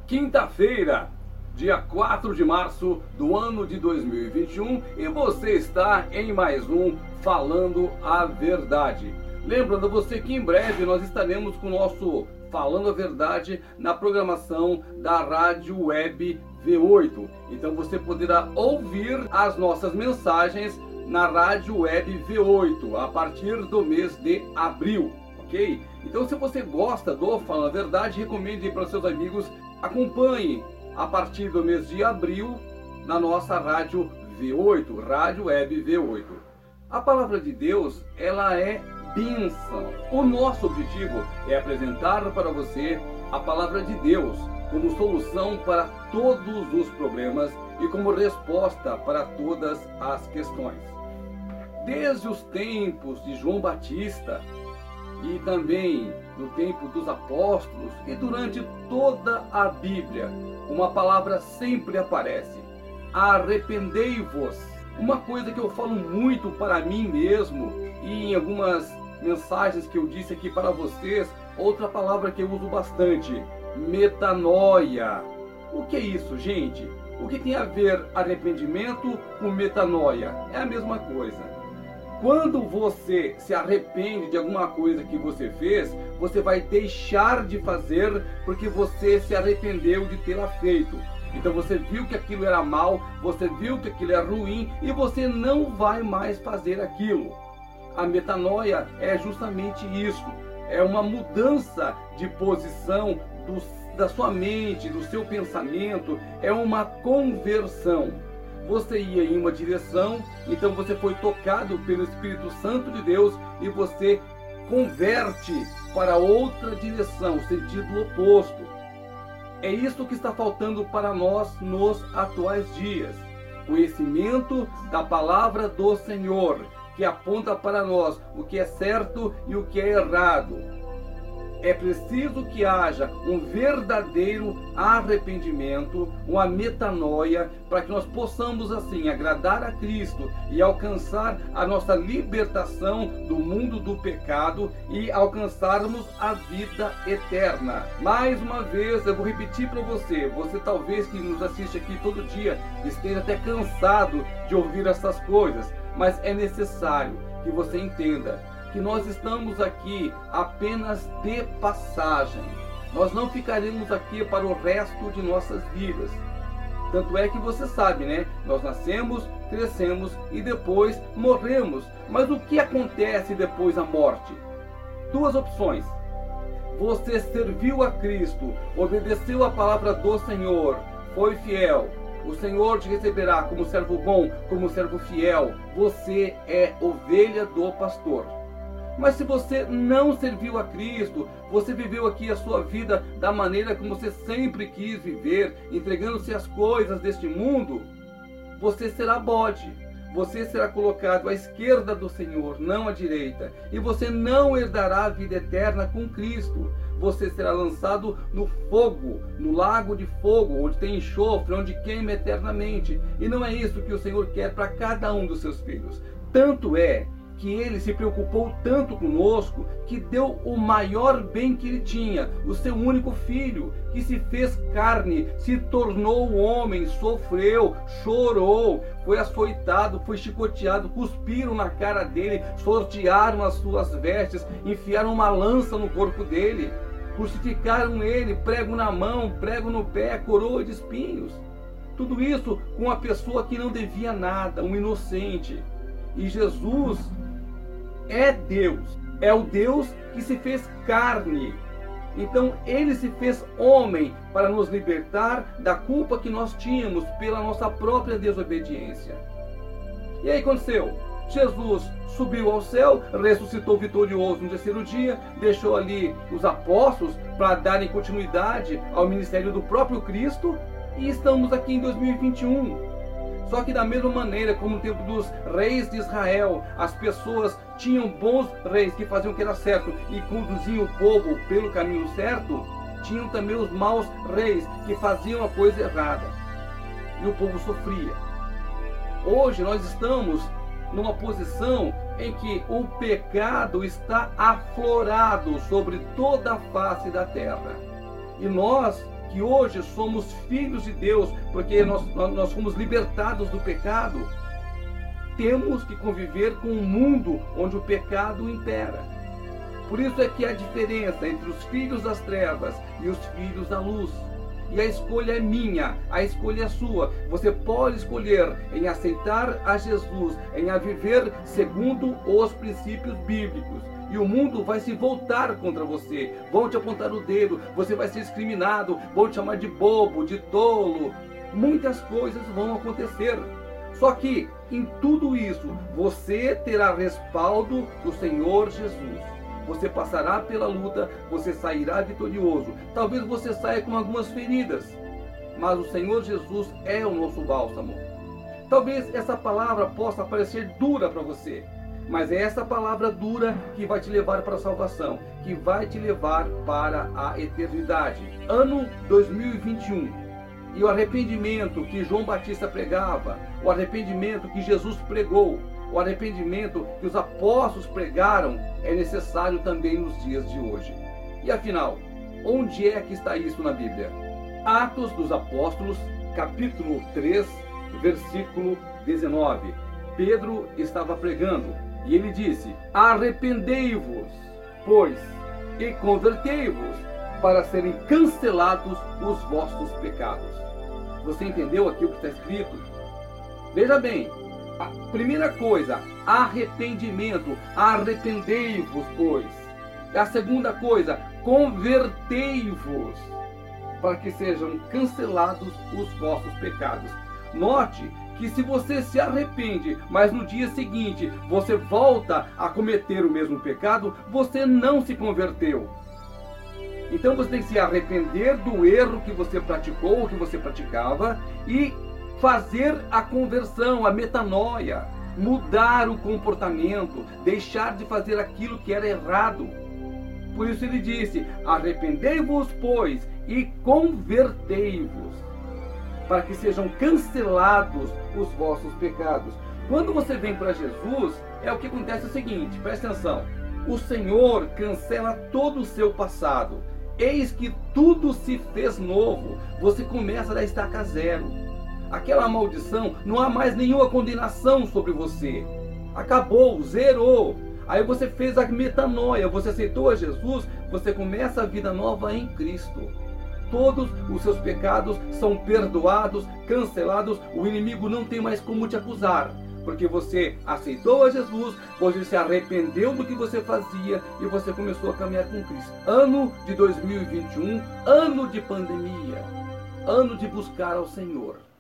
Quinta-feira, dia 4 de março do ano de 2021, e você está em mais um Falando a Verdade. Lembrando a você que em breve nós estaremos com o nosso Falando a Verdade na programação da Rádio Web V8. Então você poderá ouvir as nossas mensagens na Rádio Web V8 a partir do mês de abril, ok? Então se você gosta do Falando a Verdade, recomende para seus amigos. Acompanhe a partir do mês de abril na nossa Rádio V8, Rádio Web V8. A palavra de Deus, ela é bênção. O nosso objetivo é apresentar para você a palavra de Deus como solução para todos os problemas e como resposta para todas as questões. Desde os tempos de João Batista e também no tempo dos apóstolos e durante toda a Bíblia, uma palavra sempre aparece: arrependei-vos. Uma coisa que eu falo muito para mim mesmo e em algumas mensagens que eu disse aqui para vocês, outra palavra que eu uso bastante: metanoia. O que é isso, gente? O que tem a ver arrependimento com metanoia? É a mesma coisa. Quando você se arrepende de alguma coisa que você fez, você vai deixar de fazer porque você se arrependeu de tê-la feito. Então você viu que aquilo era mal, você viu que aquilo é ruim e você não vai mais fazer aquilo. A metanoia é justamente isso. É uma mudança de posição da sua mente, do seu pensamento. É uma conversão. Você ia em uma direção, então você foi tocado pelo Espírito Santo de Deus e você converte para outra direção, sentido oposto. É isso que está faltando para nós nos atuais dias. Conhecimento da palavra do Senhor, que aponta para nós o que é certo e o que é errado. É preciso que haja um verdadeiro arrependimento, uma metanoia, para que nós possamos assim agradar a Cristo e alcançar a nossa libertação do mundo do pecado e alcançarmos a vida eterna. Mais uma vez eu vou repetir para você, talvez que nos assiste aqui todo dia esteja até cansado de ouvir essas coisas, mas é necessário que você entenda que nós estamos aqui apenas de passagem. Nós não ficaremos aqui para o resto de nossas vidas. Tanto é que você sabe, né? Nós nascemos, crescemos e depois morremos. Mas o que acontece depois da morte? Duas opções. Você serviu a Cristo, obedeceu a palavra do Senhor, foi fiel. O Senhor te receberá como servo bom, como servo fiel. Você é ovelha do pastor. Mas se você não serviu a Cristo, você viveu aqui a sua vida da maneira como você sempre quis viver, entregando-se às coisas deste mundo, você será bode. Você será colocado à esquerda do Senhor, não à direita. E você não herdará a vida eterna com Cristo. Você será lançado no fogo, no lago de fogo, onde tem enxofre, onde queima eternamente. E não é isso que o Senhor quer para cada um dos seus filhos. Tanto é que Ele se preocupou tanto conosco, que deu o maior bem que Ele tinha, o seu único filho, que se fez carne, se tornou homem, sofreu, chorou, foi açoitado, foi chicoteado, cuspiram na cara dele, sortearam as suas vestes, enfiaram uma lança no corpo dele, crucificaram ele, prego na mão, prego no pé, coroa de espinhos. Tudo isso com uma pessoa que não devia nada, um inocente. E Jesus é Deus, é o Deus que se fez carne. Então Ele se fez homem para nos libertar da culpa que nós tínhamos pela nossa própria desobediência. E aí aconteceu? Jesus subiu ao céu, ressuscitou vitorioso no terceiro dia, deixou ali os apóstolos para darem continuidade ao ministério do próprio Cristo, e estamos aqui em 2021. Só que da mesma maneira como no tempo dos reis de Israel, as pessoas tinham bons reis que faziam o que era certo e conduziam o povo pelo caminho certo, tinham também os maus reis que faziam a coisa errada. E o povo sofria. Hoje nós estamos numa posição em que o pecado está aflorado sobre toda a face da terra. E nós que hoje somos filhos de Deus, porque nós fomos libertados do pecado, temos que conviver com um mundo onde o pecado impera. Por isso é que há diferença entre os filhos das trevas e os filhos da luz. E a escolha é minha, a escolha é sua. Você pode escolher em aceitar a Jesus, em a viver segundo os princípios bíblicos. E o mundo vai se voltar contra você. Vão te apontar o dedo, você vai ser discriminado, vão te chamar de bobo, de tolo. Muitas coisas vão acontecer. Só que em tudo isso, você terá respaldo do Senhor Jesus. Você passará pela luta, você sairá vitorioso. Talvez você saia com algumas feridas, mas o Senhor Jesus é o nosso bálsamo. Talvez essa palavra possa parecer dura para você, mas é essa palavra dura que vai te levar para a salvação, que vai te levar para a eternidade. Ano 2021. E o arrependimento que João Batista pregava, o arrependimento que Jesus pregou, o arrependimento que os apóstolos pregaram é necessário também nos dias de hoje. E afinal, onde é que está isso na Bíblia? Atos dos Apóstolos, capítulo 3, versículo 19. Pedro estava pregando e ele disse: arrependei-vos, pois, e convertei-vos, para serem cancelados os vossos pecados. Você entendeu aqui o que está escrito? Veja bem, a primeira coisa, arrependimento. Arrependei-vos, pois. A segunda coisa, convertei-vos, para que sejam cancelados os vossos pecados. Note que se você se arrepende, mas no dia seguinte você volta a cometer o mesmo pecado, você não se converteu. Então você tem que se arrepender do erro que você praticou, ou que você praticava, e fazer a conversão, a metanoia, mudar o comportamento, deixar de fazer aquilo que era errado. Por isso ele disse: arrependei-vos, pois, e convertei-vos, para que sejam cancelados os vossos pecados. Quando você vem para Jesus, é o que acontece o seguinte, presta atenção: o Senhor cancela todo o seu passado. Eis que tudo se fez novo. Você começa da estaca zero. Aquela maldição, não há mais nenhuma condenação sobre você. Acabou, zerou. Aí você fez a metanoia, você aceitou a Jesus, você começa a vida nova em Cristo. Todos os seus pecados são perdoados, cancelados, o inimigo não tem mais como te acusar. Porque você aceitou a Jesus, você se arrependeu do que você fazia e você começou a caminhar com Cristo. Ano de 2021, ano de pandemia, ano de buscar ao Senhor.